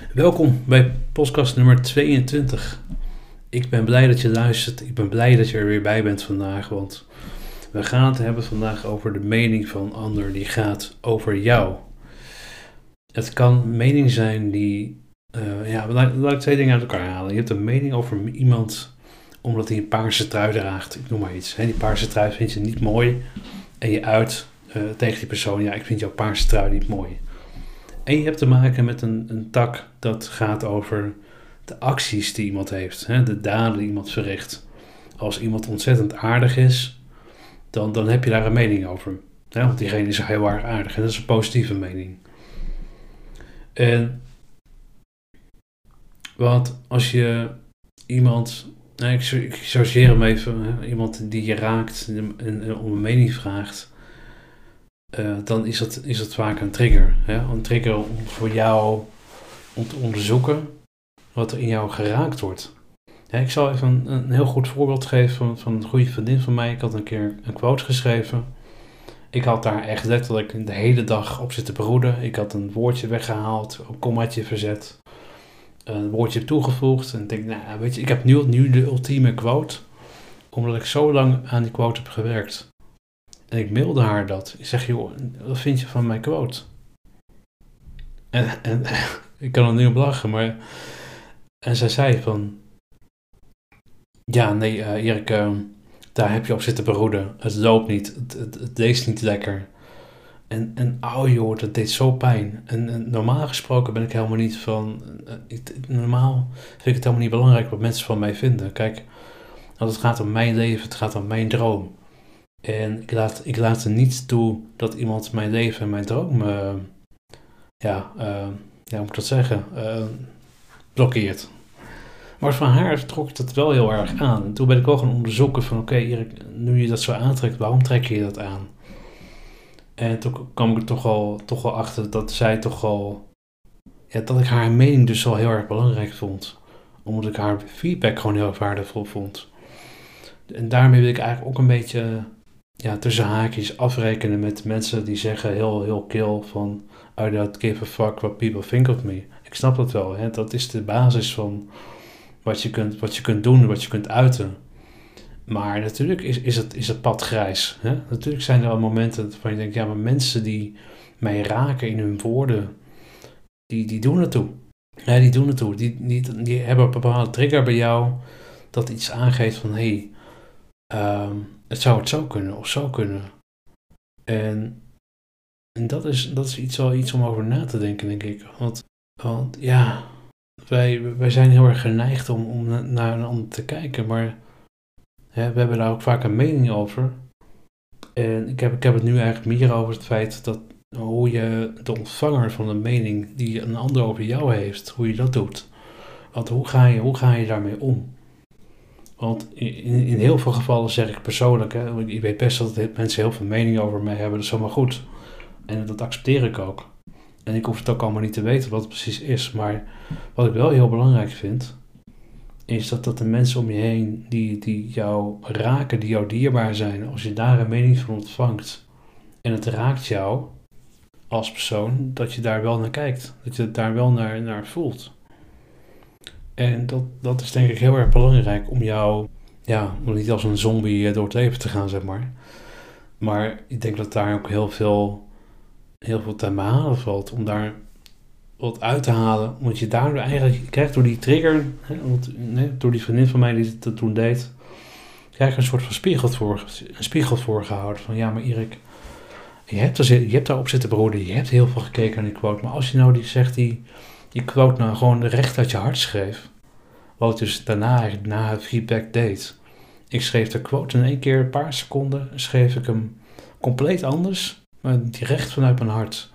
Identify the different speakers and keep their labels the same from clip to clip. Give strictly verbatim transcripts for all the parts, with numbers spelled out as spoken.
Speaker 1: Welkom bij podcast nummer tweeëntwintig. Ik ben blij dat je luistert. Ik ben blij dat je er weer bij bent vandaag, want we gaan het hebben vandaag over de mening van een ander die gaat over jou. Het kan een mening zijn die, uh, ja, laat, laat ik twee dingen uit elkaar halen. Je hebt een mening over iemand omdat hij een paarse trui draagt, ik noem maar iets. He, die paarse trui vind je niet mooi en je uit uh, tegen die persoon, ja, ik vind jouw paarse trui niet mooi. En je hebt te maken met een, een tak dat gaat over de acties die iemand heeft, hè, de daden die iemand verricht. Als iemand ontzettend aardig is, dan, dan heb je daar een mening over. Hè, want diegene is heel erg aardig en dat is een positieve mening. En want als je iemand, nou, ik, ik chargeer hem even, hè, iemand die je raakt en, en om een mening vraagt, Uh, dan is dat, is dat vaak een trigger. Hè? Een trigger om voor jou om te onderzoeken wat er in jou geraakt wordt. Hè, ik zal even een, een heel goed voorbeeld geven van, van een goede vriendin van mij. Ik had een keer een quote geschreven. Ik had daar echt letterlijk de hele dag op zitten broeden. Ik had een woordje weggehaald, een kommaatje verzet, een woordje toegevoegd. En ik denk, nou weet je, ik heb nu, nu de ultieme quote, omdat ik zo lang aan die quote heb gewerkt. En ik mailde haar dat. Ik zeg, joh, wat vind je van mijn quote? En, en ik kan er nu op lachen, maar... En zij zei van... Ja, nee, uh, Erik, uh, daar heb je op zitten beroeden. Het loopt niet, het, het, het leest niet lekker. En, en oh joh, dat deed zo pijn. En, en normaal gesproken ben ik helemaal niet van... Uh, ik, normaal vind ik het helemaal niet belangrijk wat mensen van mij vinden. Kijk, want het gaat om mijn leven, het gaat om mijn droom. En ik laat, ik laat er niet toe dat iemand mijn leven en mijn droom, uh, ja, uh, ja, hoe moet ik dat zeggen, uh, blokkeert. Maar van haar trok ik dat wel heel erg aan. En toen ben ik wel gaan onderzoeken van, oké, okay, Erik, nu je dat zo aantrekt, waarom trek je dat aan? En toen kwam ik er toch al, toch al achter dat zij toch al, ja, dat ik haar mening dus al heel erg belangrijk vond. Omdat ik haar feedback gewoon heel waardevol vond. En daarmee wil ik eigenlijk ook een beetje... ja, tussen haakjes afrekenen met mensen die zeggen heel, heel kil van I don't give a fuck what people think of me. Ik snap dat wel, hè? Dat is de basis van wat je kunt, wat je kunt doen, wat je kunt uiten. Maar natuurlijk is, is, het, is het pad grijs. Hè? Natuurlijk zijn er wel momenten waarvan je denkt, ja, maar mensen die mij raken in hun woorden, die, die doen het toe. Ja, die doen het toe. Die, die, die hebben een bepaalde trigger bij jou dat iets aangeeft van, hé, hey, um, het zou het zo kunnen of zo kunnen. En, en dat is, dat is iets, wel iets om over na te denken, denk ik. Want, want ja, wij, wij zijn heel erg geneigd om, om naar een ander te kijken. Maar hè, we hebben daar ook vaak een mening over. En ik heb, ik heb het nu eigenlijk meer over het feit dat hoe je de ontvanger van een mening die een ander over jou heeft, hoe je dat doet. Want hoe ga je, hoe ga je daarmee om? Want in, in heel veel gevallen zeg ik persoonlijk, hè, ik weet best dat mensen heel veel mening over mij hebben, dat is helemaal goed. En dat accepteer ik ook. En ik hoef het ook allemaal niet te weten wat het precies is. Maar wat ik wel heel belangrijk vind, is dat, dat de mensen om je heen die, die jou raken, die jou dierbaar zijn, als je daar een mening van ontvangt en het raakt jou als persoon, dat je daar wel naar kijkt. Dat je daar wel naar, naar voelt. En dat, dat is denk ik heel erg belangrijk om jou, ja, om niet als een zombie door het leven te gaan, zeg maar. Maar ik denk dat daar ook heel veel, heel veel te behalen valt om daar wat uit te halen. Want je daardoor eigenlijk, je krijgt door die trigger, hè, want, nee, door die vriendin van mij die dat toen deed, krijg je een soort van spiegel voor, een spiegel voorgehouden. Van ja, maar Erik, je hebt, er, je hebt daarop zitten broeden, je hebt heel veel gekeken naar die quote. Maar als je nou die zegt, die, die quote nou gewoon recht uit je hart schreef, wat ik dus daarna, na het feedback deed. Ik schreef de quote in één keer, een paar seconden, schreef ik hem compleet anders, maar direct vanuit mijn hart.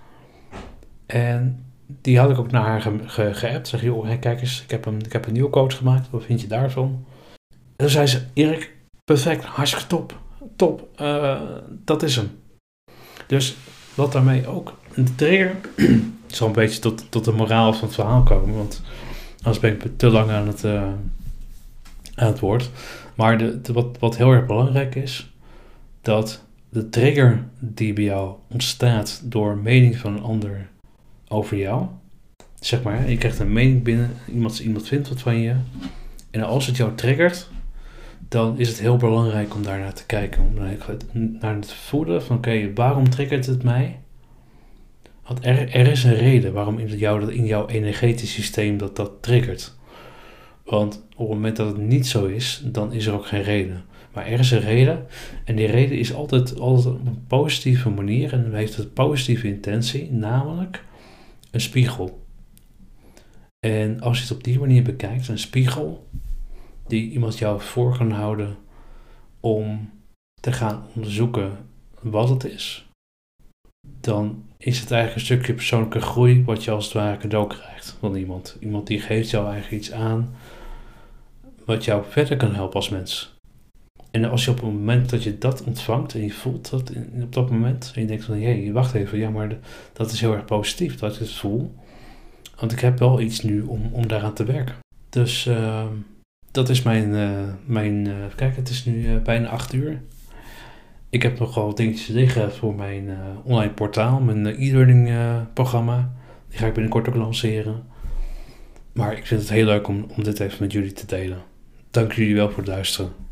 Speaker 1: En die had ik ook naar haar ge- ge- geappt. Zeg, joh, hey, kijk eens, ik heb, een, ik heb een nieuwe quote gemaakt, wat vind je daarvan? En toen zei ze, Erik, perfect, hartstikke top, top, uh, dat is hem. Dus wat daarmee ook, een trigger, ik zal een beetje tot, tot de moraal van het verhaal komen, want anders ben ik te lang aan het, uh, aan het woord. Maar de, de, wat, wat heel erg belangrijk is, dat de trigger die bij jou ontstaat door mening van een ander over jou, zeg maar, je krijgt een mening binnen, iemand, iemand vindt wat van je. En als het jou triggert, dan is het heel belangrijk om daar naar te kijken. Om naar het voelen van, oké, okay, waarom triggert het mij? Want er, er is een reden waarom in, jou, in jouw energetisch systeem dat, dat triggert. Want op het moment dat het niet zo is, dan is er ook geen reden. Maar er is een reden. En die reden is altijd, altijd op een positieve manier. En heeft een positieve intentie. Namelijk een spiegel. En als je het op die manier bekijkt. Een spiegel die iemand jou voor kan houden om te gaan onderzoeken wat het is. Dan is het eigenlijk een stukje persoonlijke groei wat je als het ware cadeau krijgt van iemand. Iemand die geeft jou eigenlijk iets aan wat jou verder kan helpen als mens. En als je op het moment dat je dat ontvangt en je voelt dat in, op dat moment, en je denkt van, hé, hey, wacht even, ja, maar de, dat is heel erg positief dat ik het voel. Want ik heb wel iets nu om, om daaraan te werken. Dus uh, dat is mijn, uh, mijn uh, kijk, het is nu uh, bijna acht uur. Ik heb nogal wat dingetjes liggen voor mijn uh, online portaal, mijn uh, e-learning uh, programma. Die ga ik binnenkort ook lanceren. Maar ik vind het heel leuk om, om dit even met jullie te delen. Dank jullie wel voor het luisteren.